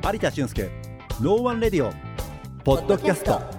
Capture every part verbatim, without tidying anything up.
有田俊介ノーワンレディオポッドキャスト。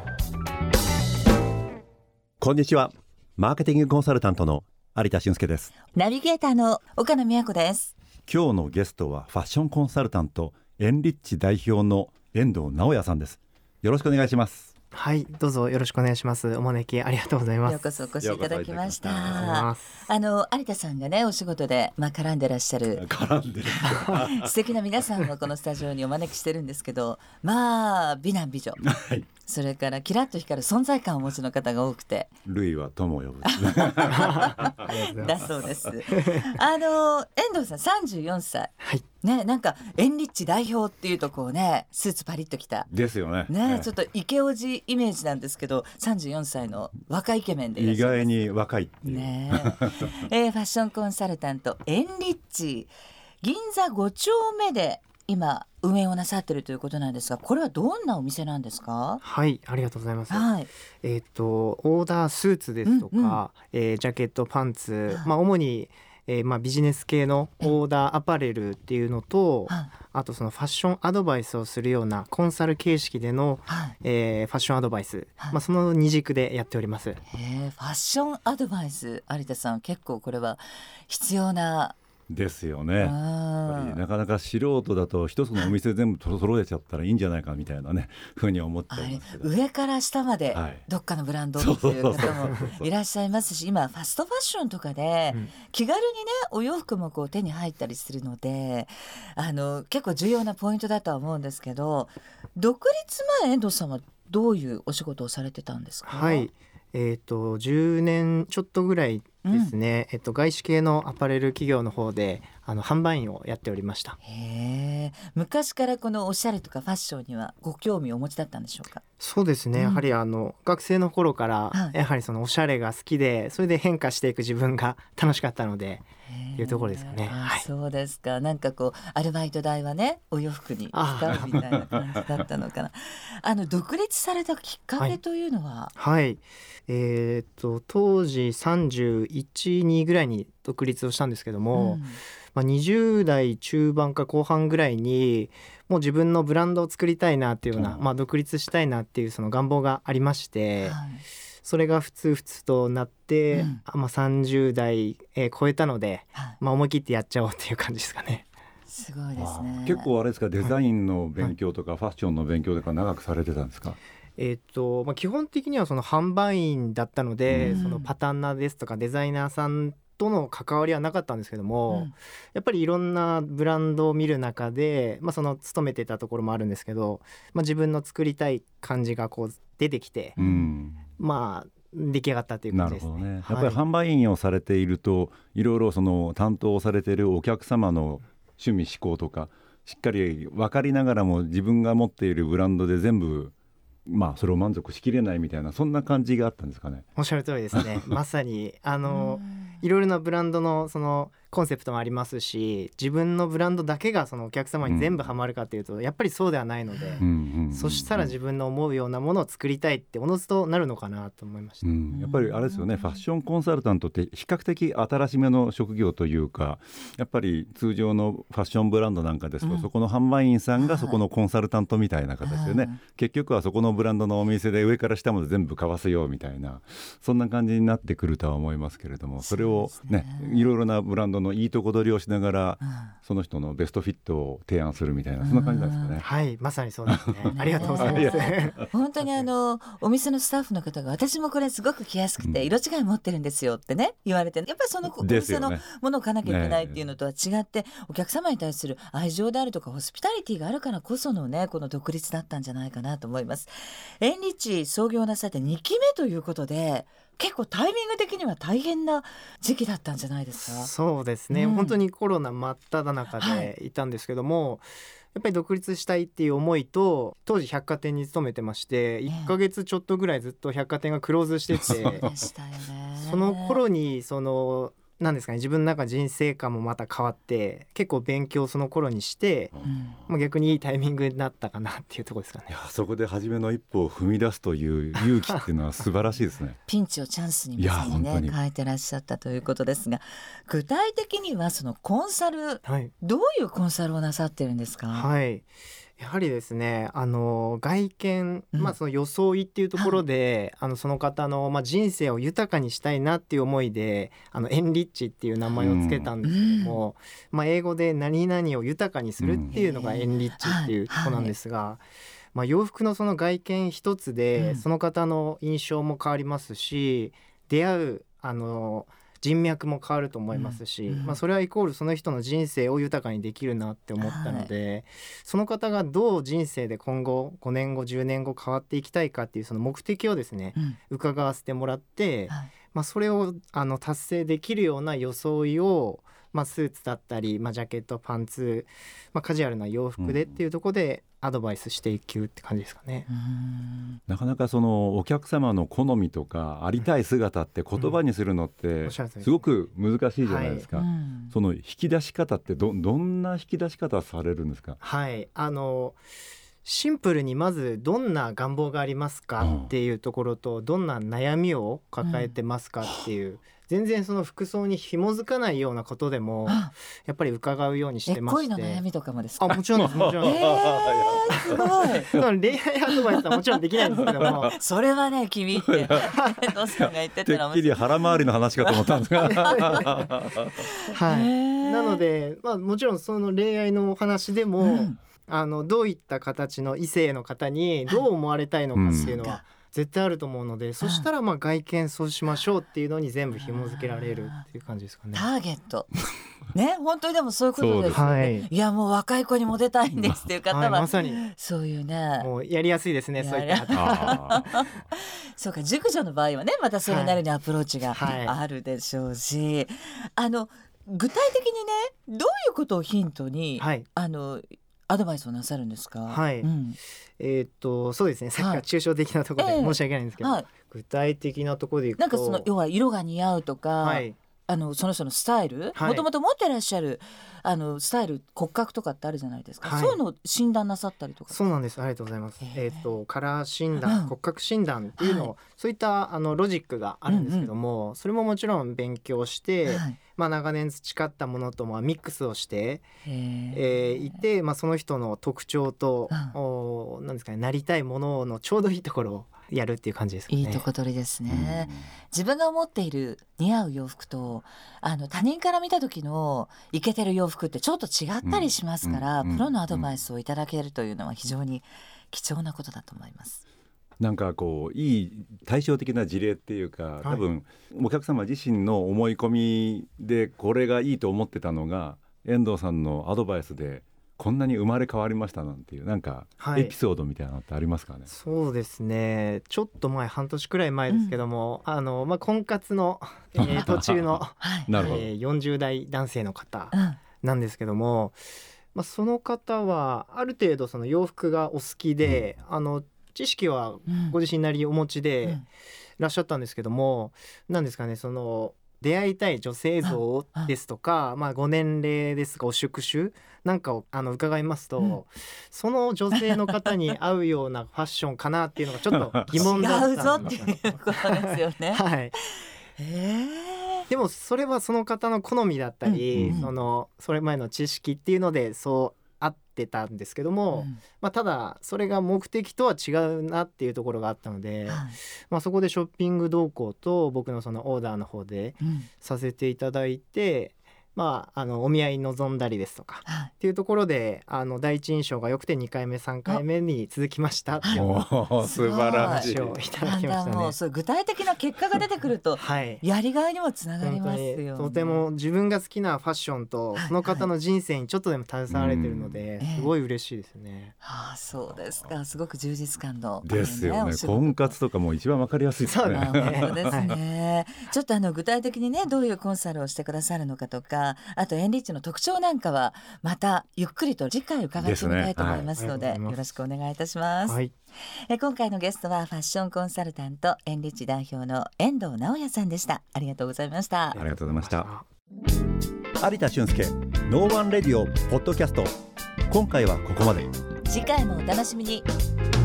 こんにちは、マーケティングコンサルタントの有田俊介です。 ナビゲーターの岡野美和子です。 今日のゲストはファッションコンサルタントエンリッチ代表の遠藤直也さんです。よろしくお願いします。 はい、どうぞよろしくお願いします。お招きありがとうございます。 ようこそお越しいただきました。 ああの有田さんがね、お仕事で、まあ、絡んでらっしゃる絡んでる素敵な皆さんをこのスタジオにお招きしてるんですけど、まあ美男美女、はい、それからキラッと光る存在感をお持ちの方が多くて、 類は友を呼ぶだそうです。あの遠藤さんさんじゅうよんさい、 はいね、なんかエンリッチ代表っていうとこうね、スーツパリッときたですよね。 ね、 ええ、 ちょっとイケオジイメージなんですけど、さんじゅうよんさいの若いイケメンでいらっしゃいます。 意外に若いっていう、 ねええー、ファッションコンサルタントエンリッチ、銀座ご丁目で今運営をなさっているということなんですが、これはどんなお店なんですか？ はい、ありがとうございます。 はい、 えっ、とオーダースーツですとか、うんうん、えー、ジャケットパンツ、まあ、主にえーまあ、ビジネス系のオーダーアパレルっていうのと、あとそのファッションアドバイスをするようなコンサル形式での、えー、ファッションアドバイス、まあ、その二軸でやっております。 へー、ファッションアドバイス、有田さん結構これは必要なですよね。やっぱりなかなか素人だと一つのお店全部揃えちゃったらいいんじゃないかみたいなねふうに思っちゃいますけど、 上から下までどっかのブランドっていう方もいらっしゃいますし、今ファストファッションとかで気軽にねお洋服もこう手に入ったりするので、あの結構重要なポイントだとは思うんですけど、独立前遠藤さんはどういうお仕事をされてたんですか？ はい、えーと、じゅうねんちょっとぐらいですね、うん、えっと、外資系のアパレル企業の方であの販売員をやっておりました。 へー、昔からこのおしゃれとかファッションにはご興味をお持ちだったんでしょうか？ そうですね、うん、やはりあの学生の頃からやはりそのおしゃれが好きで、それで変化していく自分が楽しかったのでっていうところですかね。はい、 そうですか。なんかこうアルバイト代はねお洋服に使うみたいな感じだったのかな。あの独立されたきっかけというのは？ はい、はい、えー、っと当時さんじゅういち、にぐらいに独立をしたんですけども、うん、まあ、にじゅう代中盤か後半ぐらいにもう自分のブランドを作りたいなっていうような、うん、まあ、独立したいなっていうその願望がありまして、はい、それがふつふつとなって、うん、まあ、さんじゅう代、えー、超えたので、はい、まあ、思い切ってやっちゃおうっていう感じですかね。 すごいですね。 結構あれですか、デザインの勉強とか、はい、ファッションの勉強とか長くされてたんですか？ えーとまあ、基本的にはその販売員だったので、うん、そのパタンナーですとかデザイナーさんとの関わりはなかったんですけども、うん、やっぱりいろんなブランドを見る中で、まあ、その勤めてたところもあるんですけど、まあ、自分の作りたい感じがこう出てきて、うん、まあ出来上がったという感じですね。 なるほどね。やっぱり販売員をされていると、はい、いろいろその担当されているお客様の趣味嗜好とかしっかり分かりながらも、自分が持っているブランドで全部まあ、それを満足しきれないみたいな、そんな感じがあったんですかね。 おっしゃる通りですね。まさにあのいろいろなブランドのそのコンセプトもありますし、自分のブランドだけがそのお客様に全部ハマるかというと、うん、やっぱりそうではないので、うんうんうん、そしたら自分の思うようなものを作りたいっておのずとなるのかなと思いました。うん、 やっぱりあれですよね、ファッションコンサルタントって比較的新しめの職業というか、やっぱり通常のファッションブランドなんかですと、うん、そこの販売員さんがそこのコンサルタントみたいな形でね、はい、結局はそこのブランドのお店で上から下まで全部買わせようみたいな、そんな感じになってくるとは思いますけれども、それをね、いろいろなブランドのいいとこ取りをしながら、うん、その人のベストフィットを提案するみたいな、そんな感じなんですかね。 はい、まさにそうですね。ありがとうございます。 本当にあのお店のスタッフの方が、私もこれすごく着やすくて色違い持ってるんですよってね言われて、やっぱりそのお店のものを買わなきゃいけないっていうのとは違って、お客様に対する愛情であるとかホスピタリティがあるからこそのね、この独立だったんじゃないかなと思います。エンリッチ創業なさってにきめということで、結構タイミング的には大変な時期だったんじゃないですか？ そうですね、うん、本当にコロナ真っ只中でいたんですけども、はい、やっぱり独立したいっていう思いと、当時百貨店に勤めてまして、いっかげつちょっとぐらいずっと百貨店がクローズしてて、そうでしたよね。その頃にそのなんですかね、自分の中人生観もまた変わって、結構勉強その頃にして、うん、まあ、逆にいいタイミングになったかなっていうところですかね。 いや、そこで初めの一歩を踏み出すという勇気っていうのは素晴らしいですね。 ピンチをチャンスにまさにね変えてらっしゃったということですが、具体的にはそのコンサル、はい、どういうコンサルをなさってるんですか？ はい、 やはりですね、あの外見、まあ、その装いっていうところで、うん、あのその方の、まあ、人生を豊かにしたいなっていう思いであのエンリッチっていう名前をつけたんですけども、うん、まあ、英語で何々を豊かにするっていうのがエンリッチっていうところなんですが、うん、はい、まあ、洋服のその外見一つでその方の印象も変わりますし、出会うあの人脈も変わると思いますし、うん、まあ、それはイコールその人の人生を豊かにできるなって思ったので、はい、その方がどう人生で今後ごねんごじゅうねんご変わっていきたいかっていうその目的をですね、うん、伺わせてもらって、はい、まあ、それをあの達成できるような装いを、まあ、スーツだったり、まあ、ジャケットパンツ、まあ、カジュアルな洋服でっていうところでアドバイスしていくって感じですかね。 うん、なかなかそのお客様の好みとかありたい姿って言葉にするのってすごく難しいじゃないですか、はい、その引き出し方って ど, どんな引き出し方されるんですか？ はい、あのシンプルにまずどんな願望がありますかっていうところと、どんな悩みを抱えてますかっていう、うん、全然その服装に紐づかないようなことでもやっぱり伺うようにしてまして、 恋の悩みとかもですか？ あ、もちろんですもちろんです、 えー、すごい恋愛アドバイスはもちろんできないんですけどもそれはね君って遠藤さんが言ってたらてっきり腹回りの話かと思ったんですがはい、なので、まあ、もちろんその恋愛のお話でも、うん、あのどういった形の異性の方にどう思われたいのかっていうのは絶対あると思うので、うん、そしたらまあ外見そうしましょうっていうのに全部紐付けられるっていう感じですかね。 ターゲットね、本当にでもそういうことですよね。はい、いやもう若い子にモテたいんですっていう方は、はい、 まさにそういうね、 もうやりやすいですね、そういった方そうか、熟女の場合はねまたそれなりにアプローチがあるでしょうし、はい、あの具体的にねどういうことをヒントに、はい、あのアドバイスをなさるんですか？ はい、うん、えー、っとそうですね、さっきから抽象的なところで申し訳ないんですけど、はい、具体的なところでいくとなんかその要は色が似合うとか、はい、あのその人のスタイル、もともと持ってらっしゃるあのスタイル骨格とかってあるじゃないですか、はい、そういうのを診断なさったりとか。 そうなんです、ありがとうございます。えー、っとカラー診断、うん、骨格診断っていうのを、はい、そういったあのロジックがあるんですけども、うんうん、それももちろん勉強して、はい、まあ、長年培ったものともミックスをして、えー、いて、まあ、その人の特徴と、うん、おなんですかね、なりたいもののちょうどいいところをやるっていう感じですかね。 いいとこ取りですね、うん、自分が思っている似合う洋服とあの他人から見た時のイケてる洋服ってちょっと違ったりしますから、うん、プロのアドバイスをいただけるというのは非常に貴重なことだと思います。 なんかこういい対照的な事例っていうか、多分お客様自身の思い込みでこれがいいと思ってたのが遠藤さんのアドバイスでこんなに生まれ変わりましたなんていうなんかエピソードみたいなのってありますかね？はい、 そうですね、ちょっと前半年くらい前ですけども、うん、あのまあ、婚活の、えー、途中の、はいえー、よんじゅう代男性の方なんですけども、うん、まあ、その方はある程度その洋服がお好きで、うん、あの知識はご自身なりにお持ちでいらっしゃったんですけども、うん、なんですかね、その出会いたい女性像ですとか、まあ、ご年齢ですとかお職種なんかをあの伺いますと、うん、その女性の方に合うようなファッションかなっていうのがちょっと疑問だったんです違うぞっていうことですよね。 はい、えー、でもそれはその方の好みだったり、うんうん、そのそれ前の知識っていうのでそう合ってたんですけども、うんまあ、ただそれが目的とは違うなっていうところがあったので、はい、まあ、そこでショッピング動向と僕のそのオーダーの方でさせていただいて、まあ、あのお見合い望んだりですとか、はい、っていうところであの第一印象が良くてにかいめさんかいめに続きましたっていう素晴らしい話をいただきましたね。 もうそう具体的な結果が出てくると、はい、やりがいにもつながりますよね。 とても自分が好きなファッションとその方の人生にちょっとでも携われてるので、はいはい、すごい嬉しいですね。 えー、はあ、そうですか。すごく充実感の、 ね、ですよね。婚活とかも一番わかりやすいですね。 そうですね、はい、ちょっとあの具体的にねどういうコンサルをしてくださるのかとか、あとエンリッチの特徴なんかはまたゆっくりと次回伺ってみたいと思いますの で, で、ねはい、よろしくお願いいたします。はい、え今回のゲストはファッションコンサルタントエンリッチ代表の遠藤直也さんでした。ありがとうございました。 ありがとうございました。 有田俊介ノーワンレディオポッドキャスト、今回はここまで。 次回もお楽しみに。